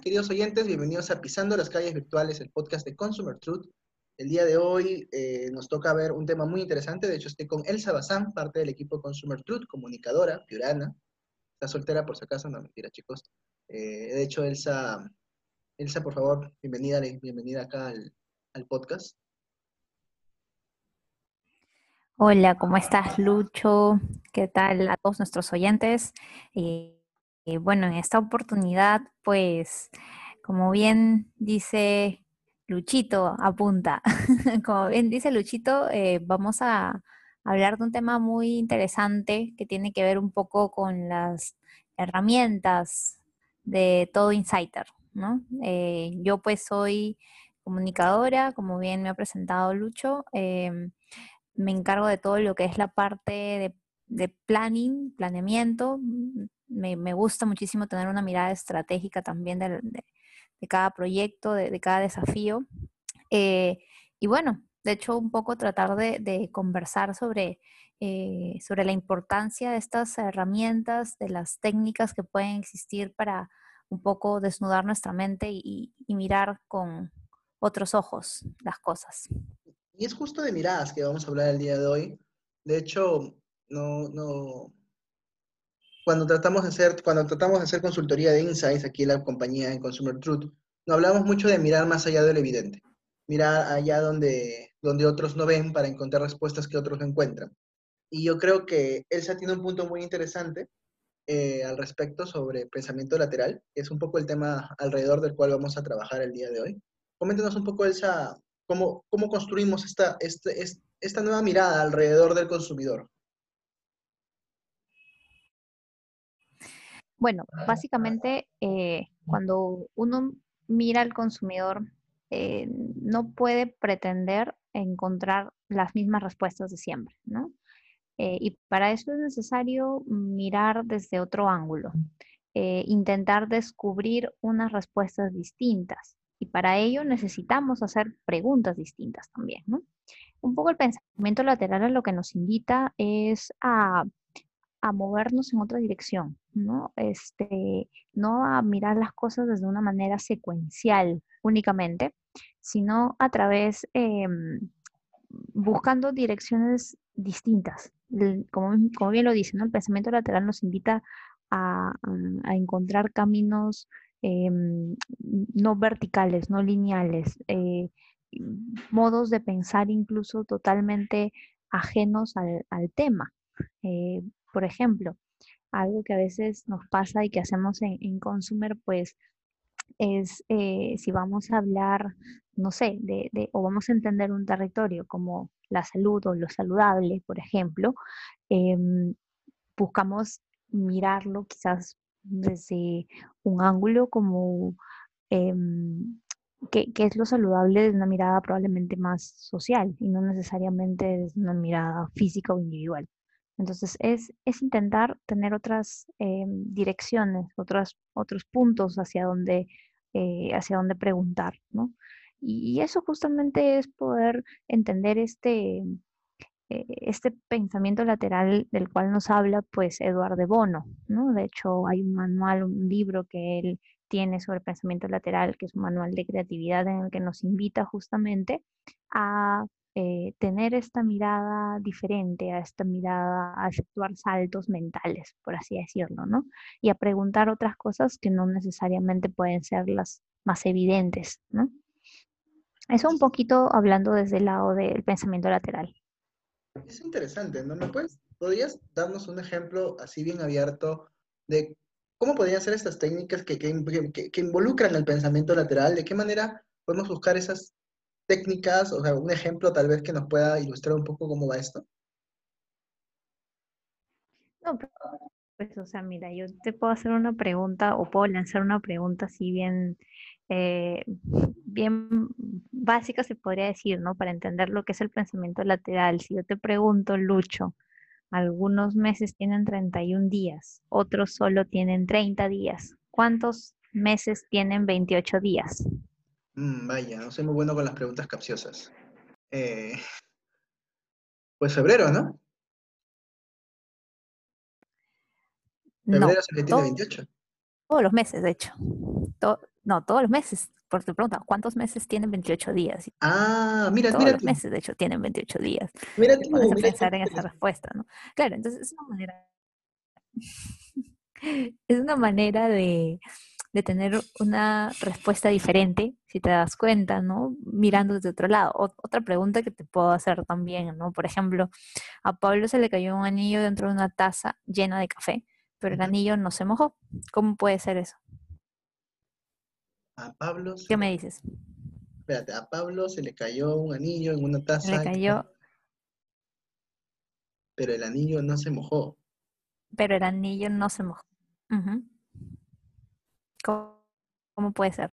queridos oyentes, bienvenidos a Pisando las Calles Virtuales, el podcast de Consumer Truth. El día de hoy nos toca ver un tema muy interesante. De hecho, estoy con Elsa Bazán, parte del equipo Consumer Truth, comunicadora, piurana. Está soltera por si acaso, no, mentira, chicos. De hecho, Elsa, por favor, bienvenida acá al podcast. Hola, ¿cómo estás, Lucho? ¿Qué tal a todos nuestros oyentes? Y, bueno, en esta oportunidad, pues, como bien dice Luchito, apunta. Como bien dice Luchito, vamos a hablar de un tema muy interesante que tiene que ver un poco con las herramientas de todo insider, ¿no? Yo pues soy comunicadora, como bien me ha presentado Lucho. Me encargo de todo lo que es la parte de planning, planeamiento. Me gusta muchísimo tener una mirada estratégica también de cada proyecto, de cada desafío. Eh, y bueno, de hecho, un poco tratar de conversar sobre la importancia de estas herramientas, de las técnicas que pueden existir para un poco desnudar nuestra mente y mirar con otros ojos las cosas. Y es justo de miradas que vamos a hablar el día de hoy. De hecho, no, cuando tratamos de hacer consultoría de insights aquí en la compañía en Consumer Truth, no hablamos mucho de mirar más allá de lo evidente, mirar allá donde otros no ven para encontrar respuestas que otros no encuentran. Y yo creo que Elsa tiene un punto muy interesante al respecto sobre pensamiento lateral, que es un poco el tema alrededor del cual vamos a trabajar el día de hoy. Coméntanos un poco, Elsa, cómo construimos esta nueva mirada alrededor del consumidor. Bueno, básicamente cuando uno mira al consumidor, no puede pretender encontrar las mismas respuestas de siempre, ¿no? Y para eso es necesario mirar desde otro ángulo, intentar descubrir unas respuestas distintas. Y para ello necesitamos hacer preguntas distintas también, ¿no? Un poco el pensamiento lateral a lo que nos invita es a movernos en otra dirección, ¿no? No a mirar las cosas desde una manera secuencial únicamente, sino a través, buscando direcciones distintas. Como bien lo dice, ¿no? El pensamiento lateral nos invita a encontrar caminos no verticales, no lineales, modos de pensar incluso totalmente ajenos al tema. Eh, por ejemplo, algo que a veces nos pasa y que hacemos en Consumer, pues es si vamos a hablar, no sé, o vamos a entender un territorio como la salud o lo saludable, por ejemplo, em, buscamos mirarlo quizás desde un ángulo como em, qué es lo saludable desde una mirada probablemente más social y no necesariamente desde una mirada física o individual. Entonces es intentar tener otras direcciones, otros puntos hacia donde preguntar, ¿no? Y eso justamente es poder entender este pensamiento lateral del cual nos habla pues Eduardo de Bono, ¿no? De hecho, hay un manual, un libro que él tiene sobre pensamiento lateral, que es un manual de creatividad en el que nos invita justamente a tener esta mirada diferente, a esta mirada, a efectuar saltos mentales, por así decirlo, ¿no? Y a preguntar otras cosas que no necesariamente pueden ser las más evidentes, ¿no? Eso un poquito hablando desde el lado del pensamiento lateral. Es interesante, ¿no? ¿Podrías darnos un ejemplo así bien abierto de cómo podrían ser estas técnicas que involucran el pensamiento lateral? ¿De qué manera podemos buscar esas técnicas? O sea, un ejemplo tal vez que nos pueda ilustrar un poco cómo va esto. No, pues, o sea, mira, yo te puedo hacer una pregunta o puedo lanzar una pregunta así bien básica, se podría decir, ¿no? Para entender lo que es el pensamiento lateral. Si yo te pregunto, Lucho, algunos meses tienen 31 días, otros solo tienen 30 días. ¿Cuántos meses tienen 28 días? Vaya, no soy muy bueno con las preguntas capciosas. Eh, pues febrero, ¿no? Febrero No, es el que tiene 28. todos los meses, de hecho. No, todos los meses. Por tu pregunta, ¿cuántos meses tienen 28 días? Ah, Y mira, todos mira los tú, meses, de hecho, tienen 28 días. mira Te pones tú, a mira tú. pensar en esa respuesta, ¿no? Claro, entonces es una manera de tener una respuesta diferente, si te das cuenta, ¿no? Mirando desde otro lado. Otra pregunta que te puedo hacer también, ¿no? Por ejemplo, a Pablo se le cayó un anillo dentro de una taza llena de café, pero el Ujú. anillo no se mojó. ¿Cómo puede ser eso? A Pablo se ¿Qué le, me dices? espérate, a Pablo se le cayó un anillo en una Se le taza de café, cayó, pero el anillo no se mojó. pero el anillo no se mojó. Ujú. ¿Cómo, cómo puede ser?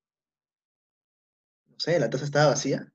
No sé, la taza estaba vacía.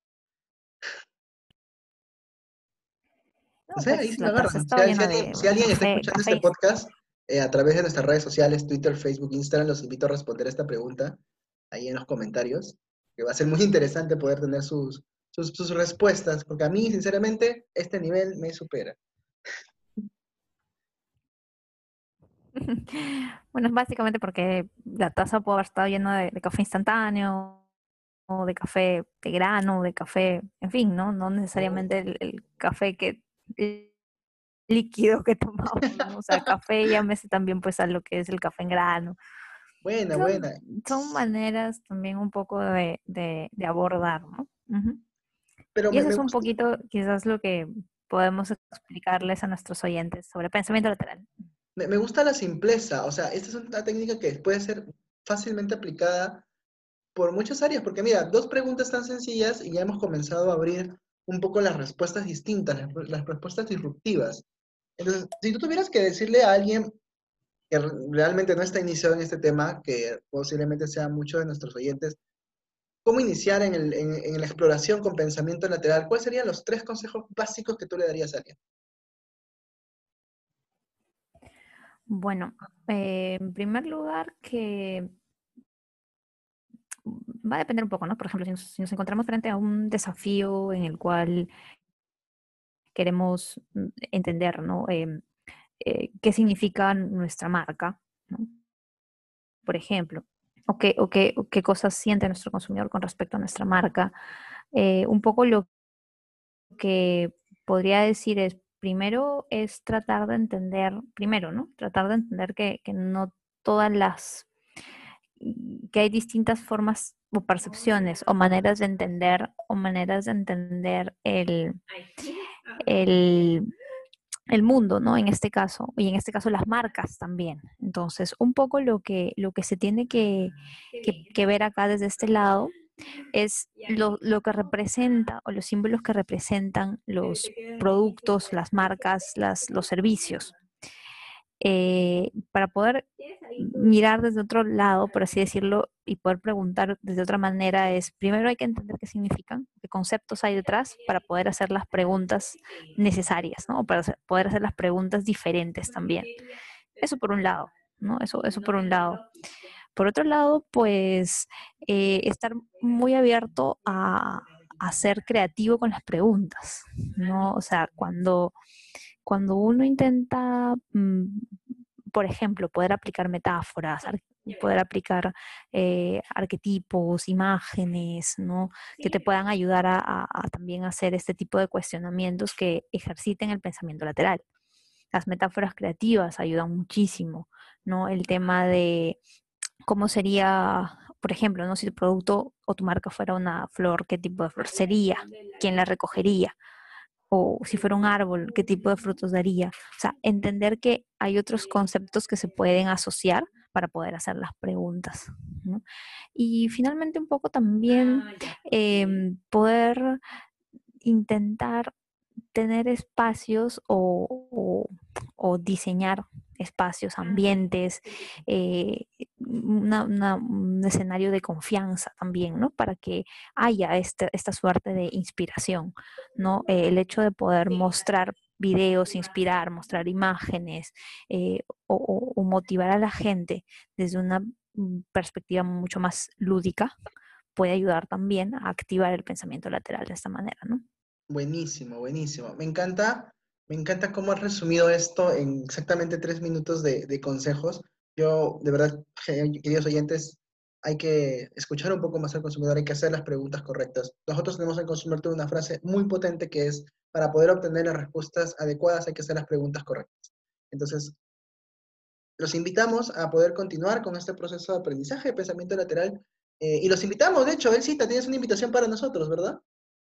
No No, sé, ahí pues se lo la taza agarran. Si, estaba llena de, si bueno, alguien está café, escuchando este café. podcast a través de nuestras redes sociales, Twitter, Facebook, Instagram, los invito a responder esta pregunta ahí en los comentarios, que va a ser muy interesante poder tener sus respuestas, porque a mí, sinceramente, este nivel me supera. Bueno, es básicamente porque la taza puede haber estado llena de café instantáneo, o de café de grano, de café, en fin, ¿no? No Oh, necesariamente el café el líquido que tomamos, ¿no? O sea, café, llámese también pues a lo que es el café en grano. buena, Son, buena. son maneras también un poco de abordar, ¿no? Ujú. Pero Y eso me es un gusta, poquito quizás lo que podemos explicarles a nuestros oyentes sobre pensamiento lateral. me gusta la simpleza. O sea, esta es una técnica que puede ser fácilmente aplicada por muchas áreas, porque mira, dos preguntas tan sencillas y ya hemos comenzado a abrir un poco las respuestas distintas, las respuestas disruptivas. Entonces, si tú tuvieras que decirle a alguien que realmente no está iniciado en este tema, que posiblemente sea muchos de nuestros oyentes, cómo iniciar en la exploración con pensamiento lateral, ¿cuáles serían los tres consejos básicos que tú le darías a alguien? Bueno, en primer lugar, que va a depender un poco, ¿no? Por ejemplo, si nos encontramos frente a un desafío en el cual queremos entender, ¿no? ¿Qué significa nuestra marca, ¿no? Por ejemplo, o qué cosas siente nuestro consumidor con respecto a nuestra marca. Un poco lo que podría decir es, primero es tratar de entender, primero, ¿no? Tratar de entender que no todas que hay distintas formas o percepciones o maneras de entender el, el mundo, ¿no? En este caso, y en este caso las marcas también. Entonces, un poco lo que se tiene que ver acá desde este lado es lo que representa o los símbolos que representan los productos, las marcas, los servicios. Para poder mirar desde otro lado, por así decirlo, y poder preguntar desde otra manera es, primero hay que entender qué significan, qué conceptos hay detrás para poder hacer las preguntas necesarias, ¿no? O para poder hacer las preguntas diferentes también. Eso por un lado, ¿no? Eso por un lado. Por otro lado, pues estar muy abierto a ser creativo con las preguntas, ¿no? O sea, cuando uno intenta, por ejemplo, poder aplicar metáforas, poder aplicar arquetipos, imágenes, ¿no? Que te puedan ayudar a también hacer este tipo de cuestionamientos que ejerciten el pensamiento lateral. Las metáforas creativas ayudan muchísimo, ¿no? El tema de cómo sería, por ejemplo, ¿no? Si tu producto o tu marca fuera una flor, ¿qué tipo de flor sería? ¿Quién la recogería? O si fuera un árbol, ¿qué tipo de frutos daría? O sea, entender que hay otros conceptos que se pueden asociar para poder hacer las preguntas, ¿no? Y finalmente un poco también poder intentar tener espacios o diseñar espacios, ambientes, un escenario de confianza también, ¿no? Para que haya esta suerte de inspiración, ¿no? El hecho de poder mostrar videos, inspirar, mostrar imágenes o motivar a la gente desde una perspectiva mucho más lúdica puede ayudar también a activar el pensamiento lateral de esta manera, ¿no? Buenísimo, buenísimo. Me encanta cómo has resumido esto en exactamente 3 minutos de consejos. Yo, de verdad, queridos oyentes, hay que escuchar un poco más al consumidor, hay que hacer las preguntas correctas. Nosotros tenemos en Consumer Tools una frase muy potente que es, para poder obtener las respuestas adecuadas hay que hacer las preguntas correctas. Entonces, los invitamos a poder continuar con este proceso de aprendizaje de pensamiento lateral. Y los invitamos, de hecho, Elcita, tienes una invitación para nosotros, ¿verdad?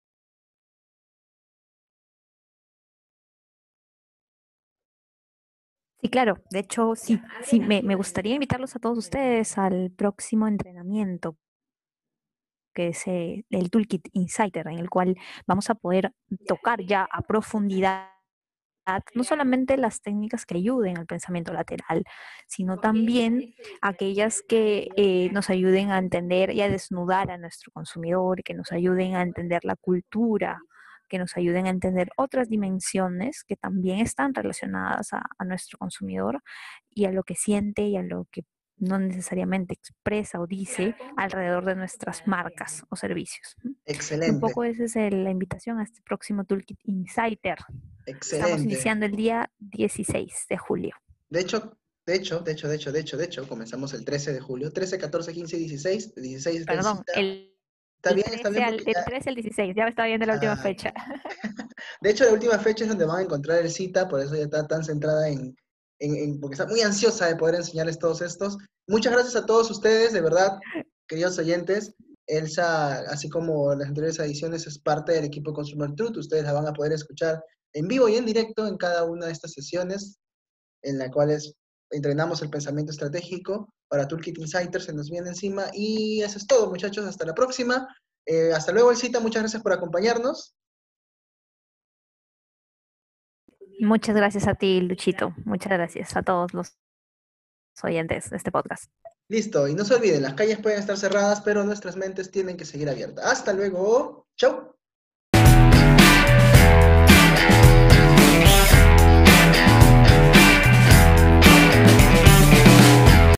Sí, claro. De hecho, sí, sí, me gustaría invitarlos a todos ustedes al próximo entrenamiento, que es el Toolkit Insider, en el cual vamos a poder tocar ya a profundidad no solamente las técnicas que ayuden al pensamiento lateral, sino también aquellas que nos ayuden a entender y a desnudar a nuestro consumidor, que nos ayuden a entender la cultura, que nos ayuden a entender otras dimensiones que también están relacionadas a nuestro consumidor y a lo que siente y a lo que no necesariamente expresa o dice alrededor de nuestras marcas o servicios. Y un Excelente, poco esa es la invitación a este próximo Toolkit Insider. Estamos excelente. iniciando el día 16 de julio. De hecho, de hecho, comenzamos el 13 de julio, 13, 14, 15 y 16, 16 del Perdón, cita. Está bien porque el ya, 13 al 16, ya me estaba viendo la última ah, fecha. de hecho, la última fecha es donde van a encontrar el cita, por eso ya está tan centrada porque está muy ansiosa de poder enseñarles todos estos. Muchas gracias a todos ustedes, de verdad, queridos oyentes. Elsa, así como las anteriores ediciones, es parte del equipo de Consumer Truth. Ustedes la van a poder escuchar en vivo y en directo en cada una de estas sesiones en las cuales entrenamos el pensamiento estratégico. Para Toolkit Insider se nos viene encima. Y eso es todo, muchachos. Hasta la próxima. Hasta luego, Elcita. Muchas gracias por acompañarnos. Muchas gracias a ti, Luchito. Muchas gracias a todos los oyentes de este podcast. Listo. Y no se olviden, las calles pueden estar cerradas, pero nuestras mentes tienen que seguir abiertas. Hasta luego. Chau.